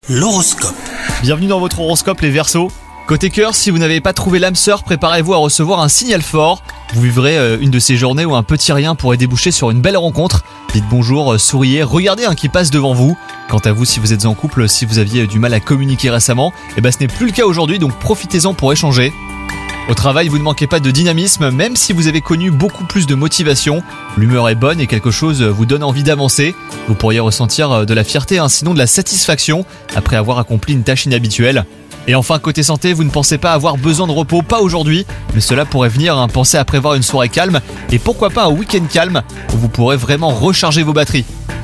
L'horoscope. Bienvenue dans votre horoscope les Verseaux. Côté cœur, si vous n'avez pas trouvé l'âme sœur, préparez-vous à recevoir un signal fort. Vous vivrez une de ces journées où un petit rien pourrait déboucher sur une belle rencontre. Dites bonjour, souriez, regardez un qui passe devant vous. Quant à vous, si vous êtes en couple, si vous aviez du mal à communiquer récemment, ce n'est plus le cas aujourd'hui, donc profitez-en pour échanger. Au travail, vous ne manquez pas de dynamisme, même si vous avez connu beaucoup plus de motivation. L'humeur est bonne et quelque chose vous donne envie d'avancer. Vous pourriez ressentir de la fierté, sinon de la satisfaction, après avoir accompli une tâche inhabituelle. Et enfin, côté santé, vous ne pensez pas avoir besoin de repos, pas aujourd'hui, mais cela pourrait venir, pensez à prévoir une soirée calme, et pourquoi pas un week-end calme, où vous pourrez vraiment recharger vos batteries.